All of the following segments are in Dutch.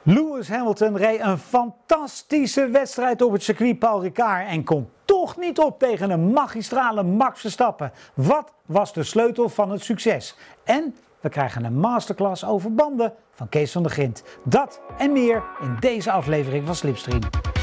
Lewis Hamilton reed een fantastische wedstrijd op het circuit Paul Ricard en kon toch niet op tegen een magistrale Max Verstappen. Wat was de sleutel van het succes? En we krijgen een masterclass over banden van Kees van der Grint. Dat en meer in deze aflevering van Slipstream.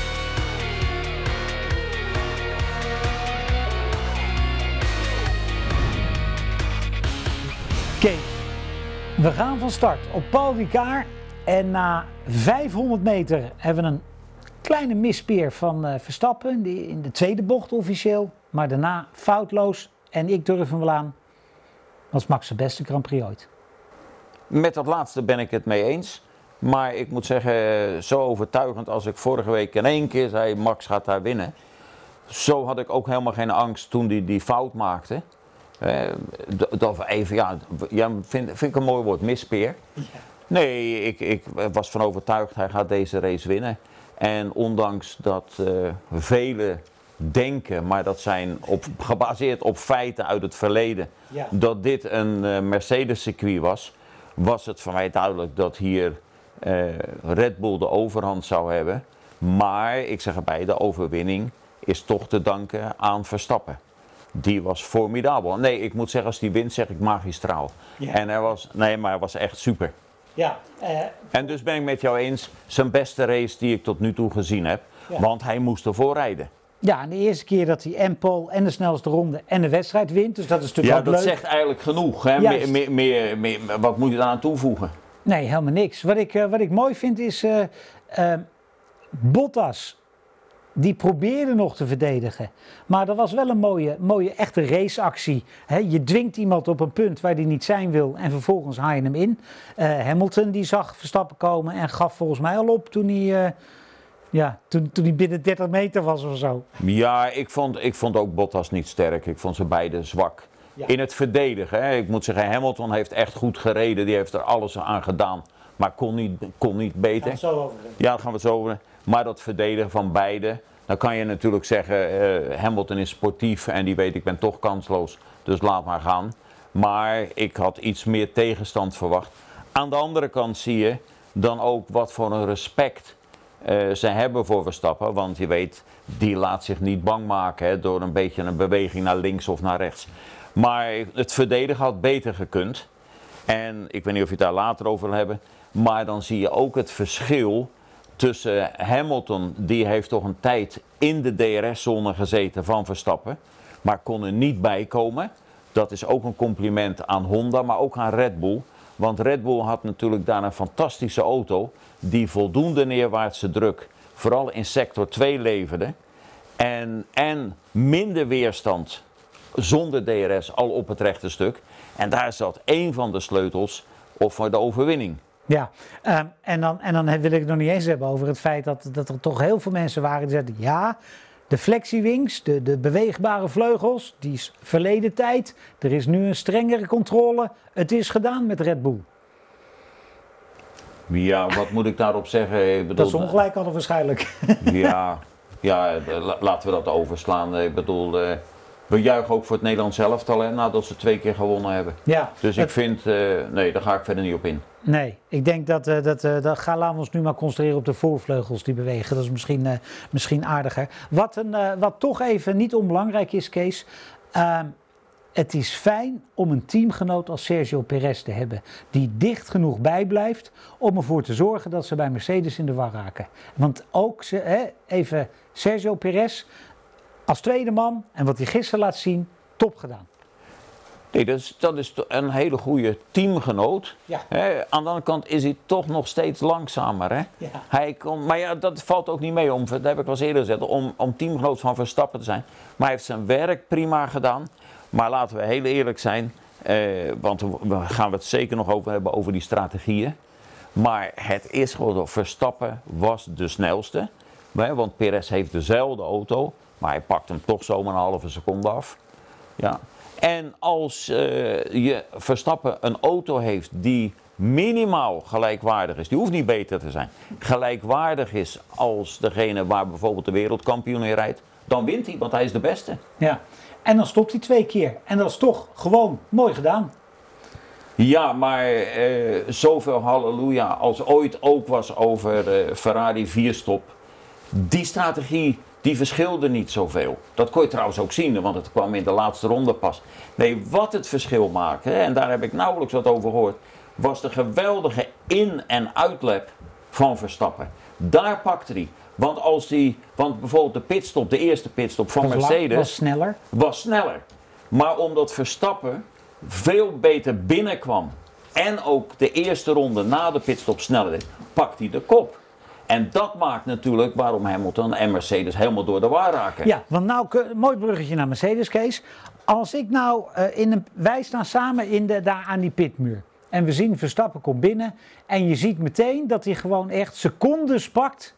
Kees, we gaan van start op Paul Ricard. En na 500 meter hebben we een kleine mispeer van Verstappen in de tweede bocht officieel. Maar daarna foutloos en ik durf hem wel aan, was Max de beste Grand Prix ooit. Met dat laatste ben ik het mee eens. Maar ik moet zeggen, zo overtuigend als ik vorige week in één keer zei Max gaat daar winnen. Zo had ik ook helemaal geen angst toen hij die fout maakte. Dat we even, ja, vind ik een mooi woord, mispeer. Ja. Nee, ik was van overtuigd, hij gaat deze race winnen. En ondanks dat velen denken, maar dat zijn gebaseerd op feiten uit het verleden, ja, dat dit een Mercedes circuit was het voor mij duidelijk dat hier Red Bull de overhand zou hebben. Maar ik zeg erbij, de overwinning is toch te danken aan Verstappen. Die was formidabel. Nee, ik moet zeggen, als die wint, zeg ik magistraal. Ja. En hij was echt super. Ja, en dus ben ik met jou eens, zijn beste race die ik tot nu toe gezien heb. Ja. Want hij moest ervoor rijden. Ja, en de eerste keer dat hij en pole en de snelste ronde en de wedstrijd wint. Dus dat is natuurlijk ook leuk. Ja, dat zegt eigenlijk genoeg. Hè? Meer, wat moet je daar aan toevoegen? Nee, helemaal niks. Wat ik mooi vind is Bottas. Die probeerde nog te verdedigen. Maar dat was wel een mooie echte raceactie. Je dwingt iemand op een punt waar hij niet zijn wil en vervolgens haal je hem in. Hamilton die zag Verstappen komen en gaf volgens mij al op toen hij binnen 30 meter was of zo. Ja, ik vond ook Bottas niet sterk. Ik vond ze beide zwak. Ja. In het verdedigen. Hè. Ik moet zeggen, Hamilton heeft echt goed gereden. Die heeft er alles aan gedaan. Maar kon niet beter. Gaan we het zo over hebben. Ja, daar gaan we het zo over. Maar dat verdedigen van beide, dan kan je natuurlijk zeggen, Hamilton is sportief en die weet ik ben toch kansloos, dus laat maar gaan. Maar ik had iets meer tegenstand verwacht. Aan de andere kant zie je dan ook wat voor een respect ze hebben voor Verstappen, want je weet, die laat zich niet bang maken door een beetje een beweging naar links of naar rechts. Maar het verdedigen had beter gekund en ik weet niet of je het daar later over wil hebben, maar dan zie je ook het verschil tussen Hamilton, die heeft toch een tijd in de DRS-zone gezeten van Verstappen, maar kon er niet bij komen. Dat is ook een compliment aan Honda, maar ook aan Red Bull. Want Red Bull had natuurlijk daar een fantastische auto die voldoende neerwaartse druk, vooral in sector 2 leverde. En minder weerstand zonder DRS al op het rechte stuk. En daar zat één van de sleutels voor de overwinning. Ja, en dan wil ik het nog niet eens hebben over het feit dat er toch heel veel mensen waren die zeiden, ja, de flexiewings, de beweegbare vleugels, die is verleden tijd. Er is nu een strengere controle. Het is gedaan met Red Bull. Ja, wat moet ik daarop zeggen? Ik bedoel, dat is ongelijk hadden waarschijnlijk. Ja, laten we dat overslaan. Ik bedoel, we juichen ook voor het Nederlands elftal nadat ze 2 keer gewonnen hebben. Ja, dus ik vind, nee, daar ga ik verder niet op in. Nee, ik denk laten we ons nu maar concentreren op de voorvleugels die bewegen. Dat is misschien aardiger. Wat toch even niet onbelangrijk is, Kees. Het is fijn om een teamgenoot als Sergio Perez te hebben. Die dicht genoeg bijblijft om ervoor te zorgen dat ze bij Mercedes in de war raken. Want ook even Sergio Perez als tweede man en wat hij gisteren laat zien, top gedaan. Nee, dat is een hele goede teamgenoot. Ja. Aan de andere kant is hij toch nog steeds langzamer. Hè? Ja. Maar ja, dat valt ook niet mee, dat heb ik al eerder gezegd, om teamgenoot van Verstappen te zijn. Maar hij heeft zijn werk prima gedaan. Maar laten we heel eerlijk zijn, want we gaan het zeker nog over hebben over die strategieën. Maar het is gewoon, Verstappen was de snelste. Want Perez heeft dezelfde auto, maar hij pakt hem toch zomaar een halve seconde af. Ja. En als je Verstappen een auto heeft die minimaal gelijkwaardig is, die hoeft niet beter te zijn, gelijkwaardig is als degene waar bijvoorbeeld de wereldkampioen in rijdt, dan wint hij, want hij is de beste. Ja, en dan stopt hij 2 keer. En dat is toch gewoon mooi gedaan. Ja, maar zoveel halleluja als ooit ook was over Ferrari 4-stop. Die strategie, die verschilde niet zoveel. Dat kon je trouwens ook zien, want het kwam in de laatste ronde pas. Nee, wat het verschil maakte, en daar heb ik nauwelijks wat over gehoord, was de geweldige in- en uitlap van Verstappen. Daar pakte hij. Want bijvoorbeeld de pitstop, de eerste pitstop van Mercedes, was sneller. Maar omdat Verstappen veel beter binnenkwam en ook de eerste ronde na de pitstop sneller deed, pakt hij de kop. En dat maakt natuurlijk waarom Hamilton en Mercedes helemaal door de war raken. Ja, want nou, mooi bruggetje naar Mercedes, Kees. Als ik nou, wij staan samen daar aan die pitmuur. En we zien Verstappen komt binnen. En je ziet meteen dat hij gewoon echt secondes pakt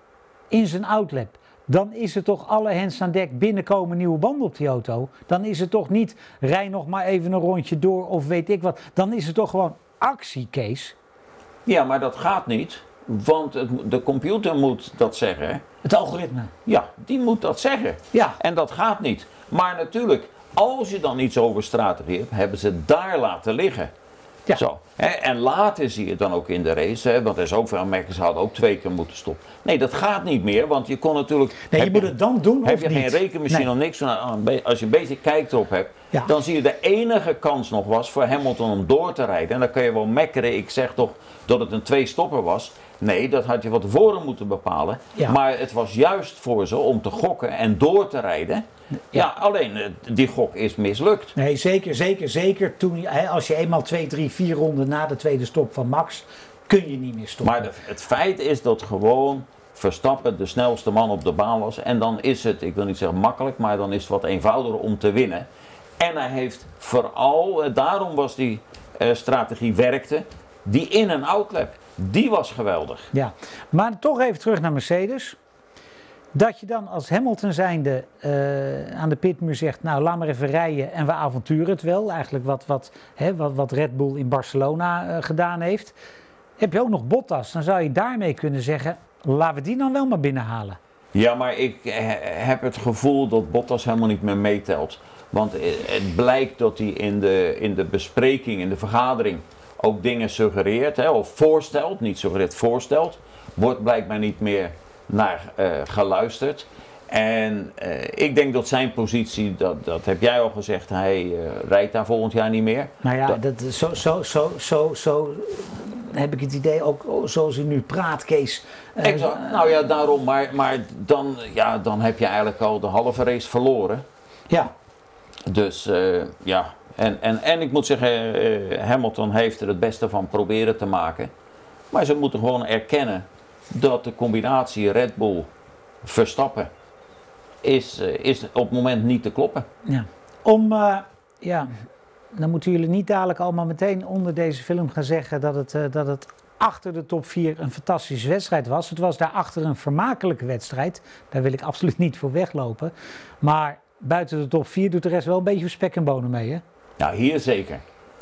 in zijn outlap. Dan is het toch alle hens aan dek, binnenkomen nieuwe banden op die auto. Dan is het toch niet, rij nog maar even een rondje door of weet ik wat. Dan is het toch gewoon actie, Kees. Ja, maar dat gaat niet. Want de computer moet dat zeggen. Het algoritme. Ja, die moet dat zeggen. Ja. En dat gaat niet. Maar natuurlijk, als je dan iets over strategie hebt, hebben ze het daar laten liggen. Ja. Zo. En later zie je het dan ook in de race, want er is ook veel merken, ze hadden ook 2 keer moeten stoppen. Nee, dat gaat niet meer, want je kon natuurlijk... Nee, je moet het dan doen heb of je niet? geen rekenmachine of niks, als je een beetje kijk erop hebt, Ja. dan zie je de enige kans nog was voor Hamilton om door te rijden. En dan kun je wel mekkeren, ik zeg toch dat het een 2-stopper was. Nee, dat had je van tevoren moeten bepalen. Ja. Maar het was juist voor ze om te gokken en door te rijden. Ja, alleen die gok is mislukt. Nee, zeker. Toen, als je eenmaal 2, 3, 4 ronden na de tweede stop van Max, kun je niet meer stoppen. Maar het feit is dat gewoon Verstappen de snelste man op de baan was. En dan is het, ik wil niet zeggen makkelijk, maar dan is het wat eenvoudiger om te winnen. En hij heeft vooral, daarom was die strategie werkte, die in- en outlap. Die was geweldig. Ja, maar toch even terug naar Mercedes. Dat je dan als Hamilton zijnde aan de pitmuur zegt, nou laat maar even rijden en we avonturen het wel. Eigenlijk wat Red Bull in Barcelona gedaan heeft. Heb je ook nog Bottas, dan zou je daarmee kunnen zeggen, laten we die dan wel maar binnenhalen. Ja, maar ik heb het gevoel dat Bottas helemaal niet meer meetelt. Want het blijkt dat hij in de bespreking, in de vergadering, ook dingen suggereert, of voorstelt, niet suggereert, voorstelt. Wordt blijkbaar niet meer naar geluisterd. En ik denk dat zijn positie, dat heb jij al gezegd, hij rijdt daar volgend jaar niet meer. Nou ja, zo heb ik het idee, ook zoals hij nu praat, Kees. Exact. Nou ja, daarom, maar dan heb je eigenlijk al de halve race verloren. Ja. Dus ja, en ik moet zeggen, Hamilton heeft er het beste van proberen te maken. Maar ze moeten gewoon erkennen dat de combinatie Red Bull Verstappen is op het moment niet te kloppen. Ja. Dan moeten jullie niet dadelijk allemaal meteen onder deze film gaan zeggen dat het achter de top 4 een fantastische wedstrijd was. Het was daarachter een vermakelijke wedstrijd. Daar wil ik absoluut niet voor weglopen. Maar buiten de top 4 doet de rest wel een beetje spek en bonen mee, hè? Nou, hier zeker.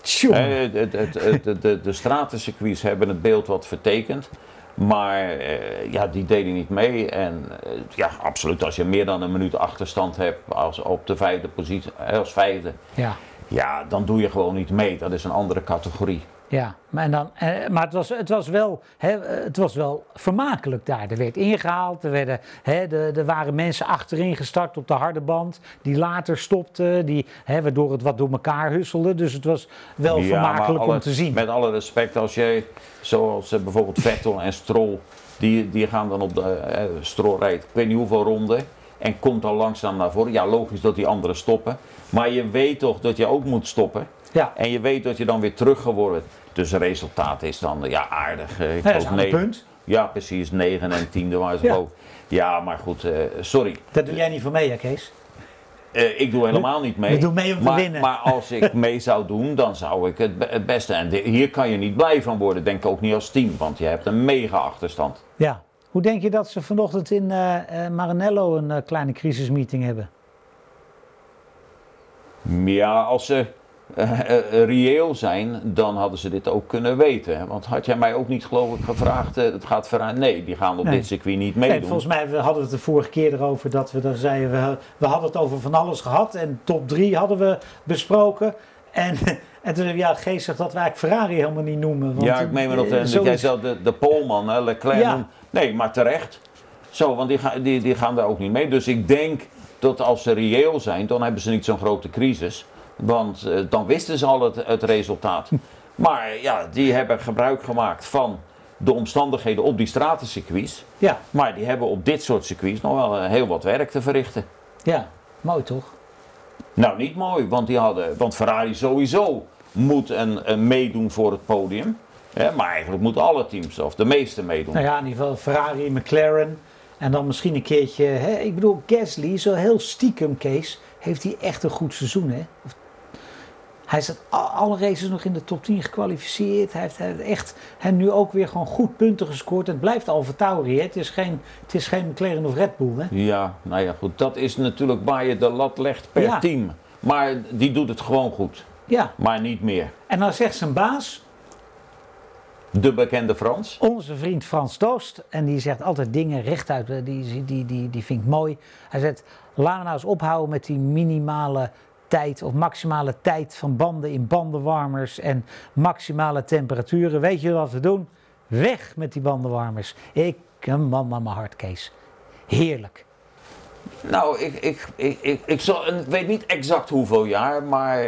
De stratencircuits hebben het beeld wat vertekend. Maar ja, die deden niet mee. En ja, absoluut, als je meer dan een minuut achterstand hebt als op de 5e positie, als 5e. Ja, dan doe je gewoon niet mee. Dat is een andere categorie. Ja, maar het was wel vermakelijk daar. Er werd ingehaald, er waren mensen achterin gestart op de harde band, die later stopten, waardoor het wat door elkaar husselde. Dus het was wel vermakelijk om te zien. Met alle respect, als jij, zoals bijvoorbeeld Vettel en Stroll, die gaan dan op de Stroll rijdt, ik weet niet hoeveel ronden, en komt dan langzaam naar voren. Ja, logisch dat die anderen stoppen. Maar je weet toch dat je ook moet stoppen. Ja. En je weet dat je dan weer teruggeworden wordt. Dus het resultaat is dan aardig. Dat is een punt. Ja, precies. 9 en 10e waar ze boven. Ja, maar goed, sorry. Dat doe jij niet voor mee, hè, Kees? Ik doe helemaal niet mee. Je doet mee om te winnen. Maar als ik mee zou doen, dan zou ik het beste. En hier kan je niet blij van worden. Denk ook niet als team, want je hebt een mega achterstand. Ja. Hoe denk je dat ze vanochtend in Maranello een kleine crisismeeting hebben? Ja, als ze reëel zijn, dan hadden ze dit ook kunnen weten. Want had jij mij ook niet, geloof ik, gevraagd, het gaat veraan? Nee, die gaan op dit circuit niet meedoen. Nee, volgens mij hadden we het de vorige keer erover dat we dan zeiden, we hadden het over van alles gehad en top 3 hadden we besproken. En toen zei ja, geestig dat we eigenlijk Ferrari helemaal niet noemen. Want, ja, ik meen me nog dat jij zelf de Poolman, Leclerc noemt. Nee, maar terecht. Zo, want die gaan daar ook niet mee. Dus ik denk dat als ze reëel zijn, dan hebben ze niet zo'n grote crisis. Want dan wisten ze al het resultaat. Maar ja, die hebben gebruik gemaakt van de omstandigheden op die stratencircuits. Ja. Maar die hebben op dit soort circuits nog wel heel wat werk te verrichten. Ja, mooi toch? Nou, niet mooi, want Ferrari sowieso moet een meedoen voor het podium. Maar eigenlijk moeten alle teams, of de meeste meedoen. Nou ja, in ieder geval Ferrari, McLaren en dan misschien een keertje, ik bedoel Gasly, zo heel stiekem Kees, heeft hij echt een goed seizoen hè. Hij is alle races nog in de top 10 gekwalificeerd. Hij heeft echt nu ook weer gewoon goed punten gescoord. Het blijft AlphaTauri. Het is geen McLaren of Red Bull. Hè? Ja, nou ja goed. Dat is natuurlijk waar je de lat legt per team. Maar die doet het gewoon goed. Ja. Maar niet meer. En dan zegt zijn baas. De bekende Frans. Onze vriend Frans Toost. En die zegt altijd dingen rechtuit. Die vind ik mooi. Hij zegt, laten we nou eens ophouden met die minimale tijd of maximale tijd van banden in bandenwarmers en maximale temperaturen. Weet je wat we doen? Weg met die bandenwarmers. Een man naar mijn hart, Kees. Heerlijk. Nou, ik weet niet exact hoeveel jaar, maar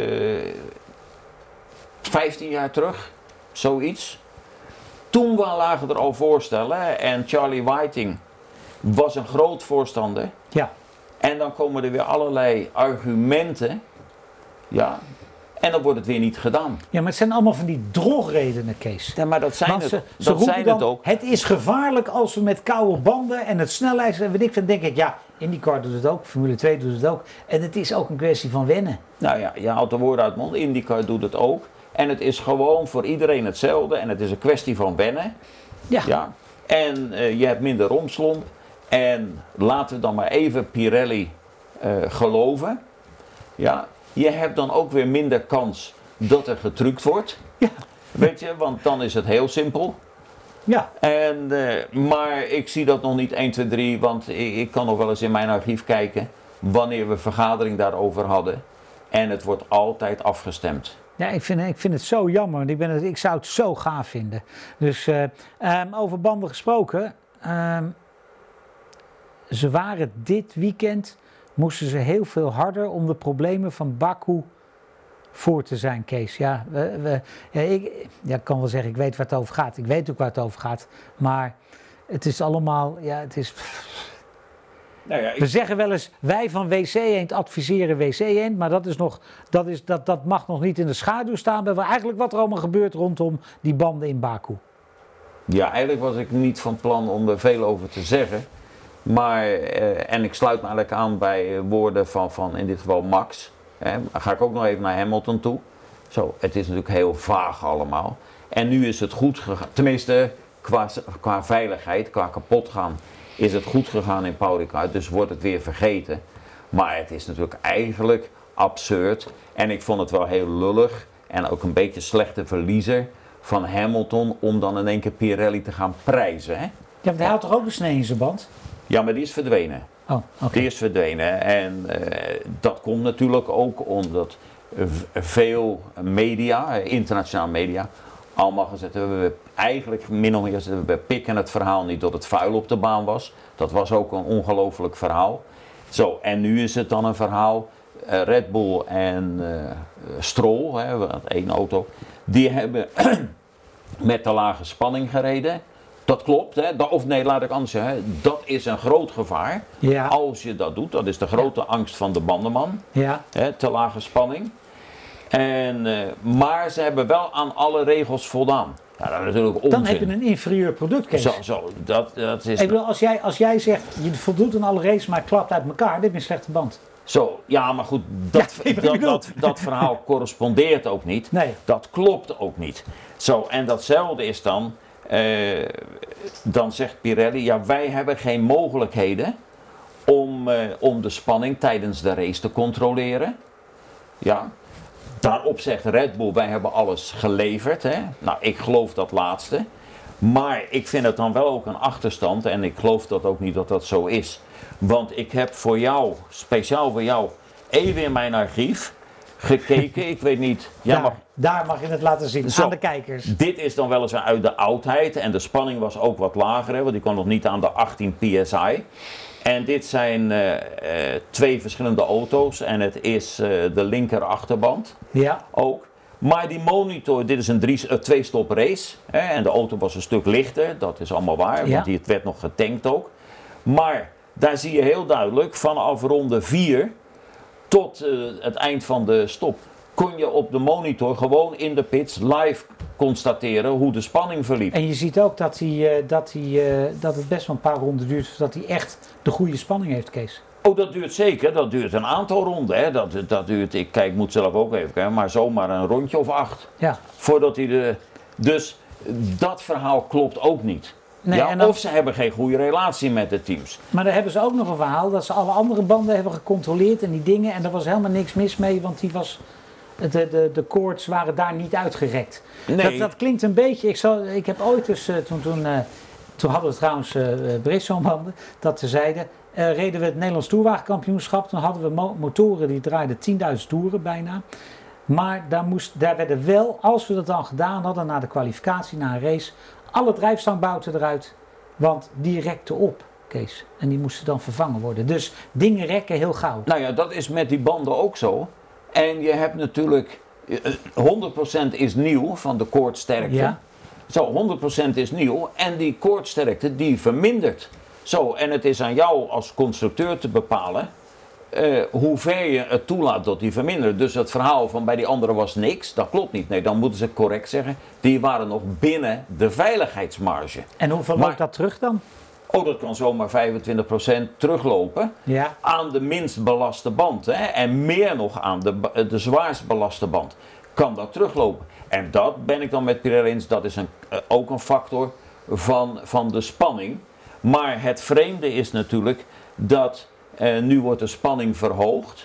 15 jaar terug, zoiets. Toen lagen er al voorstellen en Charlie Whiting was een groot voorstander. Ja. En dan komen er weer allerlei argumenten. Ja. En dan wordt het weer niet gedaan. Ja, maar het zijn allemaal van die drogredenen, Kees. Ja, maar dat zijn het ook. Het is gevaarlijk als we met koude banden en het snelheid en weet ik van, denk ik, ja, IndyCar doet het ook, Formule 2 doet het ook. En het is ook een kwestie van wennen. Nou ja, je haalt de woorden uit de mond. IndyCar doet het ook. En het is gewoon voor iedereen hetzelfde. En het is een kwestie van wennen. Ja. Ja. En je hebt minder romslomp. En laten we dan maar even Pirelli geloven. Ja. Je hebt dan ook weer minder kans dat er getrukt wordt. Ja. Weet je, want dan is het heel simpel. Ja. Maar ik zie dat nog niet 1, 2, 3, want ik kan nog wel eens in mijn archief kijken wanneer we vergadering daarover hadden. En het wordt altijd afgestemd. Ja, ik vind het zo jammer, want ik zou het zo gaaf vinden. Dus over banden gesproken, ze waren dit weekend, moesten ze heel veel harder om de problemen van Baku voor te zijn, Kees. Ja, ik kan wel zeggen, ik weet waar het over gaat. Ik weet ook waar het over gaat. Maar het is allemaal, ja, het is... Nou ja, We zeggen wel eens, wij van WC Eend adviseren WC Eend, maar dat mag nog niet in de schaduw staan bij eigenlijk wat er allemaal gebeurt rondom die banden in Baku. Ja, eigenlijk was ik niet van plan om er veel over te zeggen. Maar, en ik sluit me eigenlijk aan bij woorden van in dit geval Max. Dan ga ik ook nog even naar Hamilton toe. Zo, het is natuurlijk heel vaag allemaal. En nu is het goed gegaan, tenminste qua veiligheid, qua kapot gaan, is het goed gegaan in Paul Ricard. Dus wordt het weer vergeten. Maar het is natuurlijk eigenlijk absurd. En ik vond het wel heel lullig en ook een beetje slechte verliezer van Hamilton om dan in één keer Pirelli te gaan prijzen. Hè? Ja, want hij had toch ook een snee in zijn band? Ja, maar die is verdwenen. Oh, okay. Die is verdwenen. En dat komt natuurlijk ook omdat veel media, internationaal media, allemaal gezegd hebben, we eigenlijk min of meer gezegd, we pikken het verhaal niet dat het vuil op de baan was. Dat was ook een ongelooflijk verhaal. Zo, en nu is het dan een verhaal, Red Bull en Stroll, één auto, die hebben met te lage spanning gereden. Dat klopt, hè? Of nee, laat ik anders zeggen, dat is een groot gevaar. Ja. Als je dat doet, dat is de grote angst van de bandenman, ja. Te lage spanning. Maar ze hebben wel aan alle regels voldaan. Ja, dat is natuurlijk onzin. Dan heb je een inferieur product, Kees. Dat is... Ik bedoel, als jij zegt, je voldoet aan alle regels, maar het klapt uit elkaar, dan heb je een slechte band. Zo, ja, maar goed, dat verhaal correspondeert ook niet. Nee. Dat klopt ook niet. Zo, en datzelfde is dan zegt Pirelli, ja, wij hebben geen mogelijkheden om de spanning tijdens de race te controleren. Ja. Daarop zegt Red Bull, wij hebben alles geleverd. Hè? Nou, ik geloof dat laatste. Maar ik vind het dan wel ook een achterstand en ik geloof dat ook niet dat dat zo is. Want ik heb voor jou, speciaal voor jou, even in mijn archief, gekeken. Ik weet niet. Daar mag je het laten zien, aan de kijkers. Dit is dan weliswaar uit de oudheid en de spanning was ook wat lager, hè, want die kwam nog niet aan de 18 psi. En dit zijn 2 verschillende auto's en het is de linker achterband ook. Maar die monitor, dit is een 2-stop race hè, en de auto was een stuk lichter, dat is allemaal waar, want het werd nog getankt ook. Maar daar zie je heel duidelijk vanaf ronde 4 tot het eind van de stop kon je op de monitor gewoon in de pits live constateren hoe de spanning verliep. En je ziet ook dat het best wel een paar ronden duurt voordat hij echt de goede spanning heeft, Kees. Oh, dat duurt zeker. Dat duurt een aantal ronden. Hè. Dat duurt, ik moet zelf ook even kijken, maar zomaar een rondje of 8. Ja. Voordat hij Dus dat verhaal klopt ook niet. Nee, ja, of ze hebben geen goede relatie met de teams. Maar dan hebben ze ook nog een verhaal dat ze alle andere banden hebben gecontroleerd en die dingen. En er was helemaal niks mis mee, want de koorts waren daar niet uitgerekt. Nee. Dat klinkt een beetje. Ik heb ooit dus, toen hadden we trouwens Bridgestone-banden, dat ze zeiden, reden we het Nederlands Toerwagenkampioenschap. Toen hadden we motoren die draaiden 10.000 toeren bijna. Maar daar werden wel, als we dat dan gedaan hadden na de kwalificatie, na een race, alle drijfstangbouten eruit, want die rekten op, Kees. En die moesten dan vervangen worden. Dus dingen rekken heel gauw. Nou ja, dat is met die banden ook zo. En je hebt natuurlijk 100% is nieuw van de koordsterkte. Ja. Zo, 100% is nieuw en die koordsterkte die vermindert. Zo, en het is aan jou als constructeur te bepalen hoe ver je het toelaat dat die vermindert. Dus het verhaal van bij die andere was niks, dat klopt niet. Nee, dan moeten ze correct zeggen, die waren nog binnen de veiligheidsmarge. En hoeveel loopt dat terug dan? Oh, dat kan zomaar 25% teruglopen aan de minst belaste band. Hè? En meer nog aan de zwaarst belaste band. Kan dat teruglopen. En dat ben ik dan met Pirelli eens, dat is ook een factor van de spanning. Maar het vreemde is natuurlijk dat nu wordt de spanning verhoogd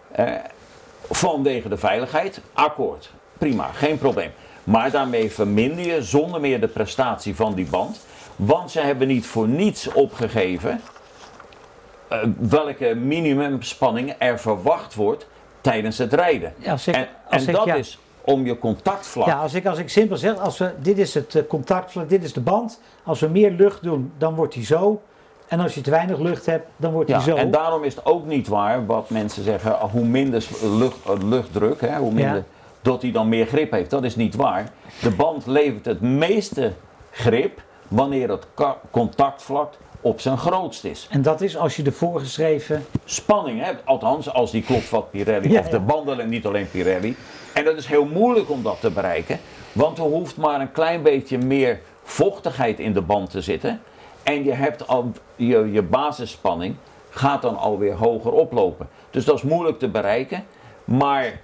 vanwege de veiligheid. Akkoord, prima, geen probleem. Maar daarmee verminder je zonder meer de prestatie van die band. Want ze hebben niet voor niets opgegeven welke minimumspanning er verwacht wordt tijdens het rijden. Ja, is om je contactvlak. Ja, als ik simpel zeg, dit is het contactvlak, dit is de band. Als we meer lucht doen, dan wordt die zo. En als je te weinig lucht hebt, dan wordt die zo. En daarom is het ook niet waar wat mensen zeggen, hoe minder luchtdruk, hè, hoe minder, dat hij dan meer grip heeft. Dat is niet waar. De band levert het meeste grip wanneer het contactvlak op zijn grootst is. En dat is als je de voorgeschreven spanning hebt, althans als die klopt wat Pirelli, of de banden en niet alleen Pirelli. En dat is heel moeilijk om dat te bereiken, want er hoeft maar een klein beetje meer vochtigheid in de band te zitten. En je hebt al je basisspanning gaat dan alweer hoger oplopen. Dus dat is moeilijk te bereiken. Maar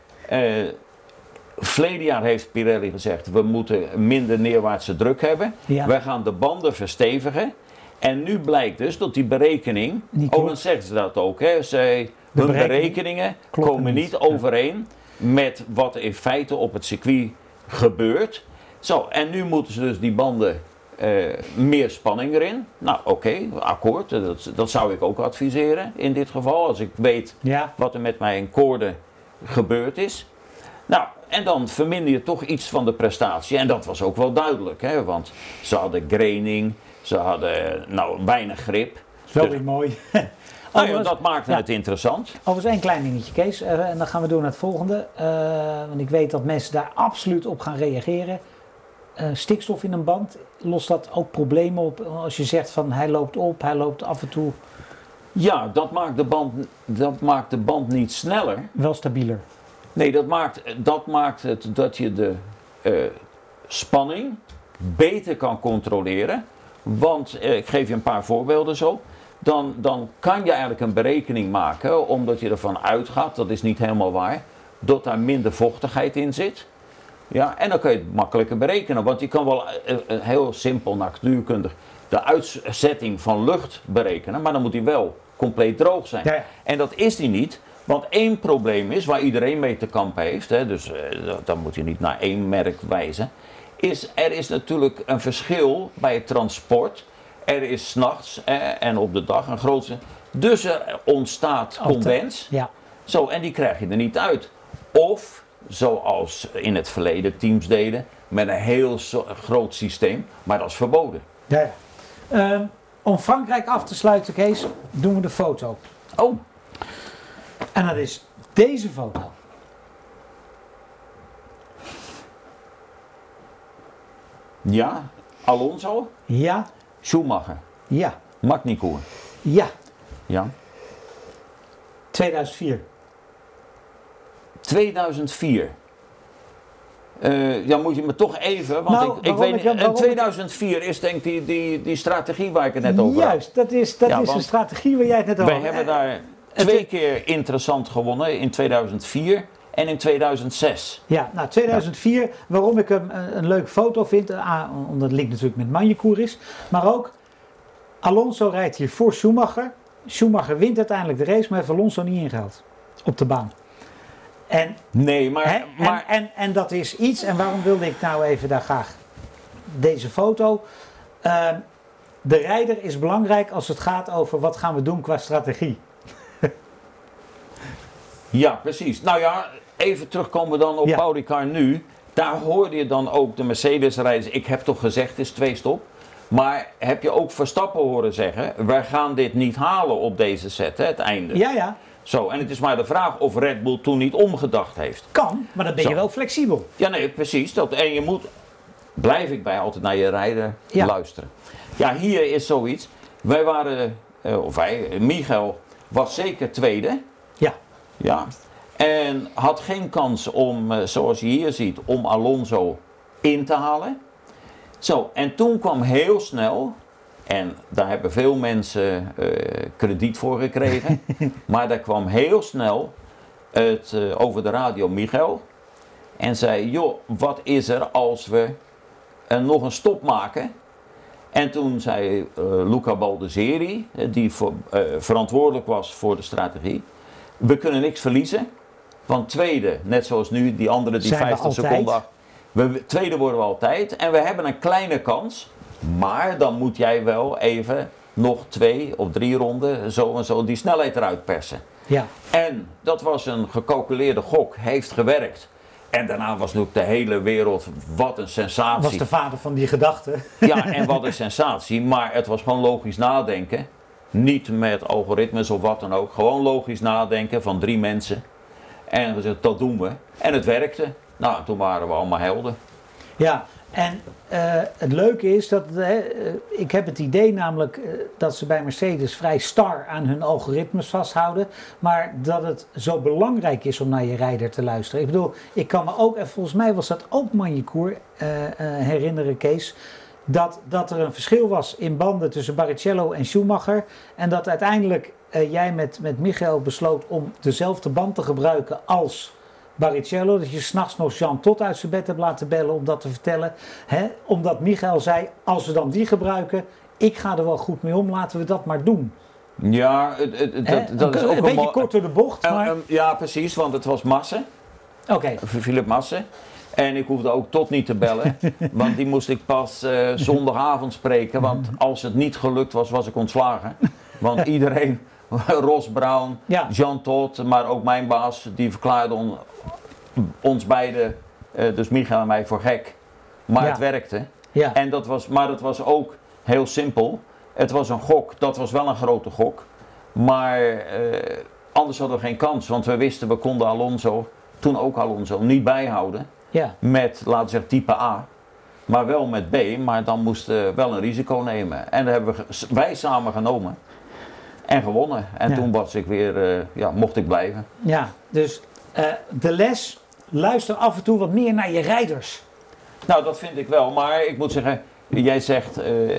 verleden jaar heeft Pirelli gezegd, we moeten minder neerwaartse druk hebben. Ja. Wij gaan de banden verstevigen. En nu blijkt dus dat die berekening, dan zeggen ze dat ook, hè, hun berekeningen komen niet overeen met wat in feite op het circuit gebeurt. Zo, en nu moeten ze dus die banden meer spanning erin. Nou oké, akkoord, dat zou ik ook adviseren in dit geval, als ik weet wat er met mijn koorden gebeurd is. Nou, en dan verminder je toch iets van de prestatie. En dat was ook wel duidelijk, hè, want ze hadden graining, ze hadden weinig grip. Zo weer mooi. Dat maakte het interessant. Overigens één klein dingetje, Kees, en dan gaan we door naar het volgende. Want ik weet dat mensen daar absoluut op gaan reageren. Stikstof in een band, lost dat ook problemen op als je zegt van hij loopt op, hij loopt af en toe? Ja, dat maakt de band niet sneller. Wel stabieler. Nee, dat maakt het dat je de spanning beter kan controleren. Want, ik geef je een paar voorbeelden zo. Dan kan je eigenlijk een berekening maken, omdat je ervan uitgaat, dat is niet helemaal waar, dat daar minder vochtigheid in zit. Ja, en dan kun je het makkelijker berekenen, want je kan wel heel simpel natuurkundig de uitzetting van lucht berekenen, maar dan moet die wel compleet droog zijn. Ja. En dat is die niet, want één probleem is, waar iedereen mee te kampen heeft, hè, dus dan moet je niet naar één merk wijzen, er is natuurlijk een verschil bij het transport. Er is 's nachts en op de dag een grootste, dus er ontstaat condens. Ja. Zo, en die krijg je er niet uit. Of, zoals in het verleden teams deden, met een heel groot systeem, maar dat is verboden. Ja. Om Frankrijk af te sluiten, Kees, doen we de foto. Oh. En dat is deze foto. Ja, Alonso, Ja, Schumacher, ja, Magny-Cours. ja. Ja. 2004. 2004. Ja, moet je me toch even, want Nou, ik weet niet. 2004 is denk ik die strategie waar ik het net over had. Juist, dat is een strategie waar jij het net over Wij hebben daar 2 keer interessant gewonnen, in 2004 en in 2006. Ja, nou 2004, waarom ik hem een leuke foto vind, omdat het link natuurlijk met Magny-Cours is, maar ook Alonso rijdt hier voor Schumacher. Schumacher wint uiteindelijk de race, maar heeft Alonso niet ingehaald op de baan. En, Nee, maar... en dat is iets, en waarom wilde ik nou even daar graag deze foto. De rijder is belangrijk als het gaat over wat gaan we doen qua strategie. Ja, precies. Nou ja, even terugkomen dan op Paul Ricard nu. Daar hoorde je dan ook de Mercedes-rijders. Ik heb toch gezegd, het is 2-stop. Maar heb je ook Verstappen horen zeggen, wij gaan dit niet halen op deze set, hè, het einde. Ja, ja. Zo, en het is maar de vraag of Red Bull toen niet omgedacht heeft. Kan, maar dan ben je wel flexibel. Ja, nee, precies. En je moet, blijf ik bij, altijd naar je rijder luisteren. Ja, hier is zoiets. Wij waren, Michael was zeker tweede. Ja. Ja. En had geen kans om, zoals je hier ziet, om Alonso in te halen. Zo, en toen kwam heel snel, en daar hebben veel mensen krediet voor gekregen, maar daar kwam heel snel over de radio Michael en zei, joh, wat is er als we nog een stop maken? En toen zei Luca Baldeseri, die verantwoordelijk was voor de strategie, we kunnen niks verliezen, want tweede, net zoals nu, die andere die 50 seconden... Tweede worden we altijd en we hebben een kleine kans, maar dan moet jij wel even nog 2 of 3 ronden zo en zo die snelheid eruit persen. Ja. En dat was een gecalculeerde gok, heeft gewerkt. En daarna was natuurlijk de hele wereld, wat een sensatie. Was de vader van die gedachte. Ja, en wat een sensatie, maar het was gewoon logisch nadenken. Niet met algoritmes of wat dan ook, gewoon logisch nadenken van 3 mensen. En we zeiden, dat doen we. En het werkte. Nou, toen waren we allemaal helden. Ja, en het leuke is dat, ik heb het idee namelijk dat ze bij Mercedes vrij star aan hun algoritmes vasthouden. Maar dat het zo belangrijk is om naar je rijder te luisteren. Ik bedoel, ik kan me ook, en volgens mij was dat ook Magny-Cours, herinneren Kees. Dat er een verschil was in banden tussen Barrichello en Schumacher. En dat uiteindelijk jij met Michael besloot om dezelfde band te gebruiken als Barrichello, dat je 's nachts nog Jean Todt uit zijn bed hebt laten bellen om dat te vertellen. Omdat Michael zei, als we dan die gebruiken, ik ga er wel goed mee om, laten we dat maar doen. Ja, dat is ook een beetje kort door de bocht. Maar... ja, precies, want het was Massa. Oké. Philip Massa. En ik hoefde ook Todt niet te bellen, want die moest ik pas zondagavond spreken. Want als het niet gelukt was, was ik ontslagen. Want iedereen, Ross Brown, Jean Todt, maar ook mijn baas, die verklaarden ons beiden, dus Michael en mij, voor gek. Maar het werkte. Ja. En dat was ook heel simpel. Het was een gok, dat was wel een grote gok. Maar anders hadden we geen kans, want we wisten, we konden Alonso, toen ook Alonso, niet bijhouden. Ja. Met, laten we zeggen, type A. Maar wel met B, maar dan moesten we wel een risico nemen. En dat hebben wij samen genomen. En gewonnen. En toen was ik weer, mocht ik blijven. Ja, dus de les, luister af en toe wat meer naar je rijders. Nou, dat vind ik wel. Maar ik moet zeggen, jij zegt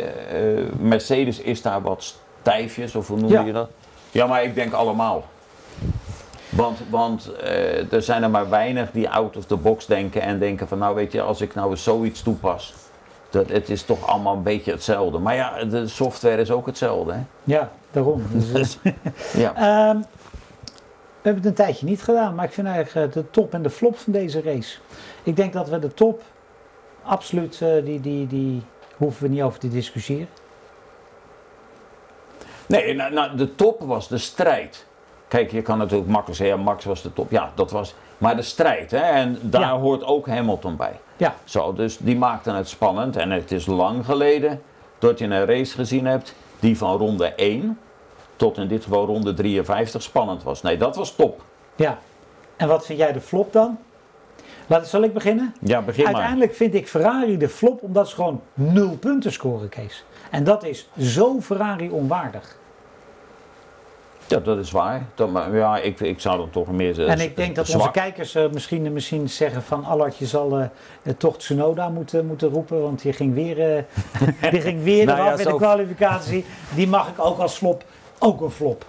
Mercedes is daar wat stijfjes, of hoe noem je dat? Ja, maar ik denk allemaal. Want er zijn er maar weinig die out of the box denken en denken van, nou weet je, als ik nou eens zoiets toepas, het is toch allemaal een beetje hetzelfde. Maar ja, de software is ook hetzelfde, hè? Ja, daarom. Dus, ja. We hebben het een tijdje niet gedaan, maar ik vind eigenlijk de top en de flop van deze race. Ik denk dat we de top, absoluut, die hoeven we niet over te discussiëren. Nee, nou, de top was de strijd. Kijk, je kan natuurlijk makkelijk zeggen, Max was de top. Ja, dat was Maar de strijd, hè, en daar Ja. hoort ook Hamilton bij. Ja. Zo, dus die maakten het spannend. En het is lang geleden dat je een race gezien hebt die van ronde 1 tot in dit geval ronde 53 spannend was. Nee, dat was top. Ja. En wat vind jij de flop dan? Zal ik beginnen? Ja, begin maar. Uiteindelijk vind ik Ferrari de flop omdat ze gewoon 0 punten scoren, Kees. En dat is zo Ferrari onwaardig. Ja, dat is waar. Maar ja, ik zou dan toch meer En ik denk dat onze kijkers misschien zeggen van Allard, je zal toch Tsunoda moeten roepen, want die ging weer, die ging weer Nou ja, eraf in de kwalificatie. Die mag ik ook als flop, ook een flop.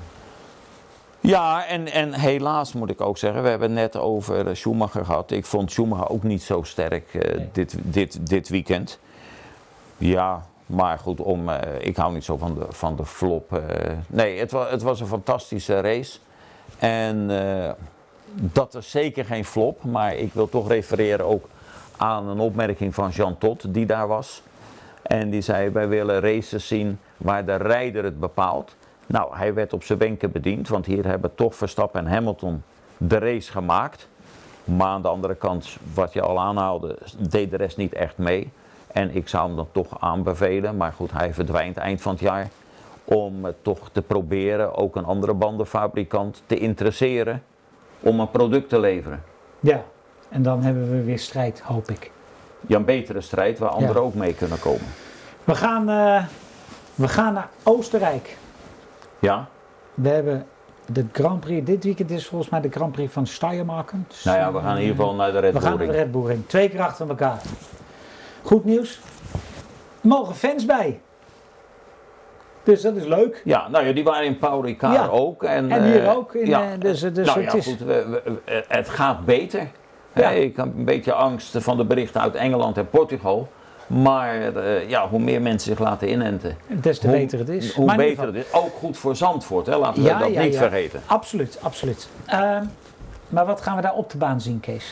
Ja, en helaas moet ik ook zeggen, we hebben het net over Schumacher gehad. Ik vond Schumacher ook niet zo sterk dit weekend. Ja, maar goed, ik hou niet zo van de flop. Nee, het was een fantastische race. En dat is zeker geen flop, maar ik wil toch refereren ook aan een opmerking van Jean Todt die daar was. En die zei, wij willen races zien waar de rijder het bepaalt. Nou, hij werd op zijn wenken bediend, want hier hebben toch Verstappen en Hamilton de race gemaakt. Maar aan de andere kant, wat je al aanhaalde, deed de rest niet echt mee. En ik zou hem dan toch aanbevelen, maar goed, hij verdwijnt eind van het jaar. Om toch te proberen ook een andere bandenfabrikant te interesseren om een product te leveren. Ja, en dan hebben we weer strijd, hoop ik. Ja, een betere strijd waar anderen ook mee kunnen komen. We gaan naar Oostenrijk. Ja? We hebben de Grand Prix, dit weekend is volgens mij de Grand Prix van Steiermarken. Dus, Nou ja, we gaan in ieder geval naar de Red Bull We gaan naar de Red Bull Ring, 2 keer achter elkaar. Goed nieuws, er mogen fans bij. Dus dat is leuk. Ja, nou ja, die waren in Paul Ricard ook. En hier ook. Dus het is... goed, het gaat beter. Ja. Ik heb een beetje angst van de berichten uit Engeland en Portugal. Maar hoe meer mensen zich laten inenten, des te beter het is. Hoe beter het is. Ook goed voor Zandvoort, hè? Laten we dat niet vergeten. Absoluut, absoluut. Maar wat gaan we daar op de baan zien, Kees?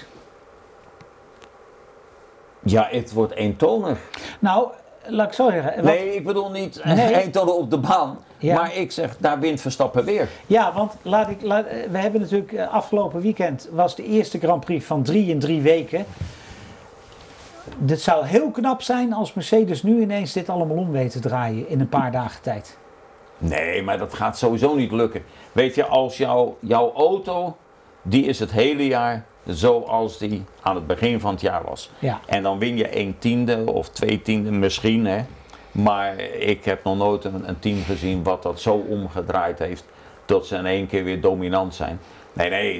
Ja, het wordt eentonig. Nou, laat ik zo zeggen. Nee, ik bedoel niet eentonig op de baan. Ja. Maar ik zeg, daar wint Verstappen weer. Ja, want we hebben natuurlijk afgelopen weekend was de eerste Grand Prix van 3 in 3 weken. Het zou heel knap zijn als Mercedes nu ineens dit allemaal om weet te draaien in een paar dagen tijd. Nee, maar dat gaat sowieso niet lukken. Weet je, als jouw auto, die is het hele jaar zoals die aan het begin van het jaar was. Ja. En dan win je 1/10 of 2/10 misschien, hè. Maar ik heb nog nooit een team gezien wat dat zo omgedraaid heeft, dat ze in één keer weer dominant zijn. Nee,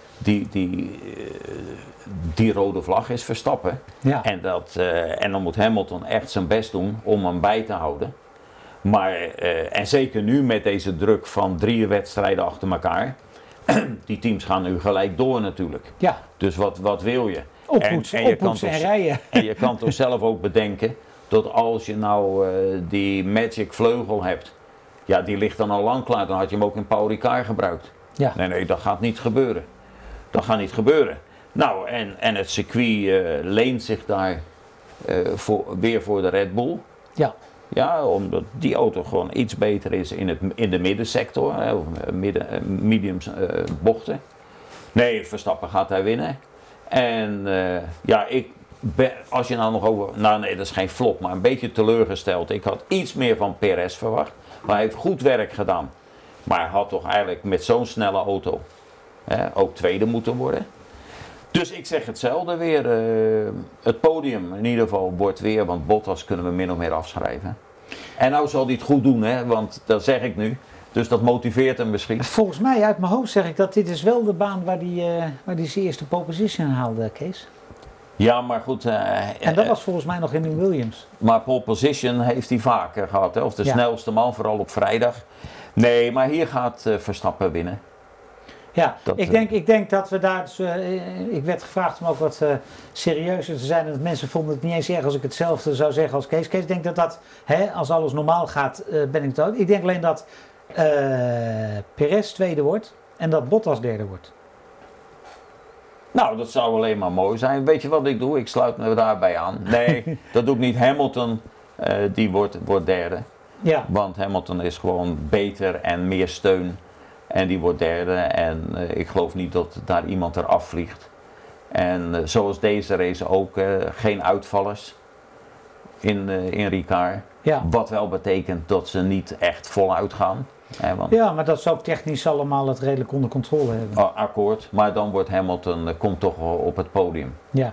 die rode vlag is Verstappen. Ja. En dan moet Hamilton echt zijn best doen om hem bij te houden. Maar, en zeker nu met deze druk van 3 wedstrijden achter elkaar. Die teams gaan nu gelijk door natuurlijk. Ja. Dus wat wil je? Oppoetsen en rijden. En je kan toch zelf ook bedenken dat als je nou die Magic vleugel hebt. Ja, die ligt dan al lang klaar. Dan had je hem ook in Paul Ricard gebruikt. Ja. Nee, dat gaat niet gebeuren. Dat gaat niet gebeuren. Nou, en het circuit leent zich daar weer voor de Red Bull. Ja. Ja, omdat die auto gewoon iets beter is in de middensector, medium bochten. Nee, Verstappen gaat daar winnen. En als je nou nog over, nou nee, dat is geen flop, maar een beetje teleurgesteld. Ik had iets meer van Perez verwacht, maar hij heeft goed werk gedaan. Maar hij had toch eigenlijk met zo'n snelle auto ook tweede moeten worden. Dus ik zeg hetzelfde weer, het podium in ieder geval wordt weer, want Bottas kunnen we min of meer afschrijven. En nou zal hij het goed doen, hè, want dat zeg ik nu. Dus dat motiveert hem misschien. Volgens mij, uit mijn hoofd zeg ik dat dit is wel de baan waar die zijn eerste pole position haalde, Kees. Ja, maar goed. En dat was volgens mij nog in de Williams. Maar pole position heeft hij vaker gehad, hè, of de snelste man, vooral op vrijdag. Nee, maar hier gaat Verstappen winnen. Ja, ik denk dat we daar, ik werd gevraagd om ook wat serieuzer te zijn. En dat mensen vonden het niet eens erg als ik hetzelfde zou zeggen als Kees. Kees, ik denk dat als alles normaal gaat, ben ik het ook. Ik denk alleen dat Perez tweede wordt en dat Bottas derde wordt. Nou, dat zou alleen maar mooi zijn. Weet je wat ik doe? Ik sluit me daarbij aan. Nee, dat doe ik niet. Hamilton, die wordt derde. Ja. Want Hamilton is gewoon beter en meer steun. En die wordt derde en ik geloof niet dat daar iemand eraf vliegt. En zoals deze race ook, geen uitvallers in Ricard. Ja. Wat wel betekent dat ze niet echt voluit gaan. Want, ja, maar dat ze ook technisch allemaal het redelijk onder controle hebben. Akkoord, maar dan wordt Hamilton komt toch op het podium. Ja.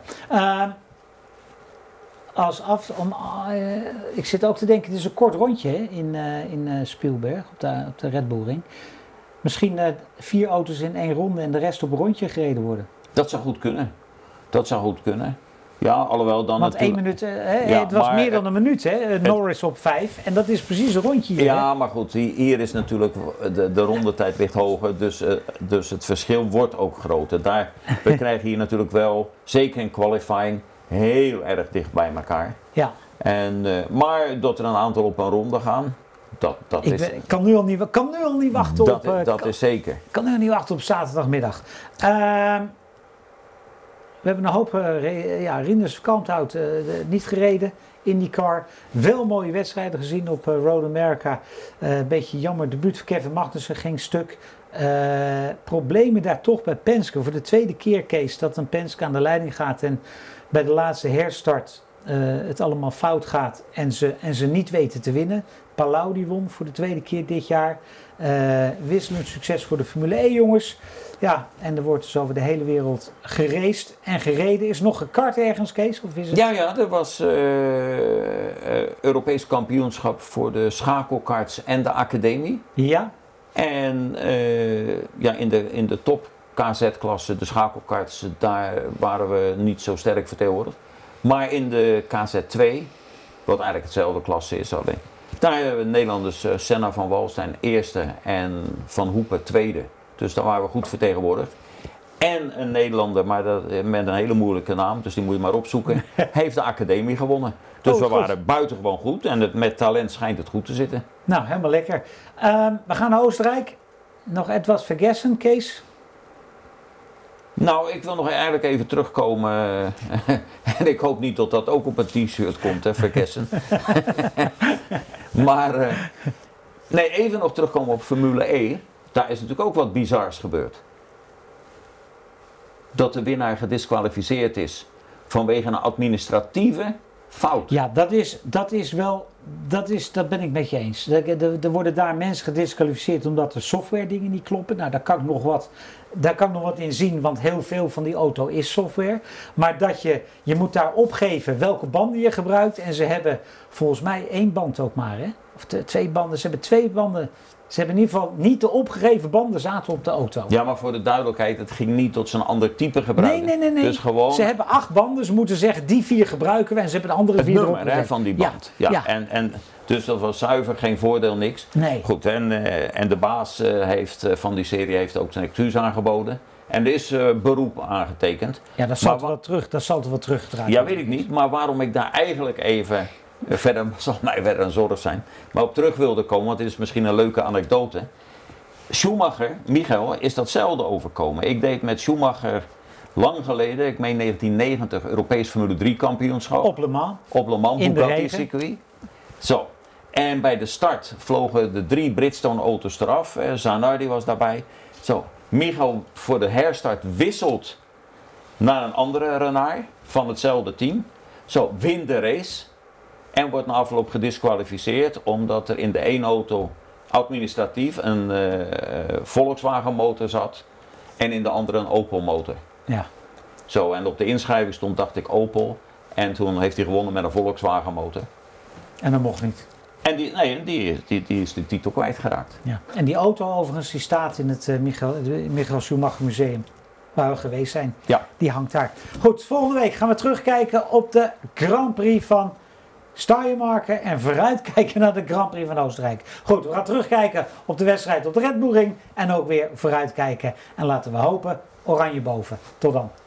Ik zit ook te denken, het is een kort rondje hè, in Spielberg op de Red Bull Ring. Misschien 4 auto's in 1 ronde en de rest op een rondje gereden worden. Dat zou goed kunnen. Dat zou goed kunnen. Ja, alhoewel dan want natuurlijk... 1 minuut, het was meer dan een minuut, hè? Norris op 5 en dat is precies een rondje hier. Ja, hè? maar goed, hier is natuurlijk, de rondetijd ligt hoger, dus het verschil wordt ook groter. We krijgen hier natuurlijk wel, zeker in qualifying, heel erg dicht bij elkaar. Ja. Maar dat er een aantal op een ronde gaan, ik kan nu al niet wachten op... dat is zeker. Ik kan nu al niet wachten op zaterdagmiddag. We hebben een hoop Rinus Kalmthout niet gereden in die car. Wel mooie wedstrijden gezien op Road America. Een beetje jammer, debuut van Kevin Magnussen ging stuk. Problemen daar toch bij Penske. Voor de tweede keer, Kees, dat een Penske aan de leiding gaat en bij de laatste herstart het allemaal fout gaat en ze niet weten te winnen. Palau die won voor de tweede keer dit jaar. Wisselend succes voor de Formule E jongens. Ja, en er wordt dus over de hele wereld geraced en gereden. Is nog gekart ergens, Kees? Of is het... Ja, er was Europees kampioenschap voor de schakelkarts en de academie. Ja. En in de top KZ-klasse, de schakelkarts, daar waren we niet zo sterk vertegenwoordigd. Maar in de KZ2, wat eigenlijk hetzelfde klasse is alleen, daar hebben we Nederlanders Senna van Walstein eerste en Van Hoepen tweede. Dus daar waren we goed vertegenwoordigd. En een Nederlander, maar met een hele moeilijke naam, dus die moet je maar opzoeken, heeft de academie gewonnen. Dus we waren buitengewoon goed en met talent schijnt het goed te zitten. Nou, helemaal lekker. We gaan naar Oostenrijk. Nog Edward Vergessen, Kees? Nou, ik wil nog eigenlijk even terugkomen. En ik hoop niet dat dat ook op een t-shirt komt, hè, Vergessen. Maar even nog terugkomen op Formule E. Daar is natuurlijk ook wat bizars gebeurd. Dat de winnaar gediskwalificeerd is vanwege een administratieve fout. Ja, dat ben ik met je eens. Er worden daar mensen gediskwalificeerd omdat de software dingen niet kloppen. Nou, daar kan ik nog wat in zien, want heel veel van die auto is software. Maar dat je moet daar opgeven welke banden je gebruikt. En ze hebben volgens mij 1 band ook maar, hè? Of 2 banden. Ze hebben 2 banden. Ze hebben in ieder geval niet de opgegeven banden zaten op de auto. Ja, maar voor de duidelijkheid, het ging niet tot ze een ander type gebruiken. Nee. Dus gewoon... Ze hebben 8 banden, ze moeten zeggen die 4 gebruiken we en ze hebben de andere 4 erop gezet. Hè, van die band. Ja. En dus dat was zuiver, geen voordeel, niks. Nee. Goed, en de baas van die serie heeft ook zijn excuus aangeboden. En er is beroep aangetekend. Ja, dat zal er wel teruggedraaid worden. Ja, weet ik niet, maar waarom ik daar eigenlijk even... Verder zal mij verder een zorg zijn. Maar op terug wilde komen, want dit is misschien een leuke anekdote. Schumacher, Michael, is datzelfde overkomen. Ik deed met Schumacher lang geleden, ik meen 1990, Europees Formule 3 kampioenschap. Op Le Mans. Op Le Mans, Bugatti circuit. Zo. En bij de start vlogen de 3 Bridgestone auto's eraf. Zanardi was daarbij. Zo. Michael voor de herstart wisselt naar een andere rennaar van hetzelfde team. Zo, wint de race. En wordt na afloop gediskwalificeerd omdat er in de ene auto administratief een Volkswagen motor zat en in de andere een Opel motor. Ja. Zo, en op de inschrijving stond, dacht ik, Opel. En toen heeft hij gewonnen met een Volkswagen motor. En dat mocht niet. En die is de titel kwijtgeraakt. Ja. En die auto overigens, die staat in het Michael Schumacher Museum. Waar we geweest zijn. Ja. Die hangt daar. Goed, volgende week gaan we terugkijken op de Grand Prix van Steiermarken en vooruitkijken naar de Grand Prix van Oostenrijk. Goed, we gaan terugkijken op de wedstrijd op de Red Bull Ring en ook weer vooruitkijken. En laten we hopen, oranje boven. Tot dan.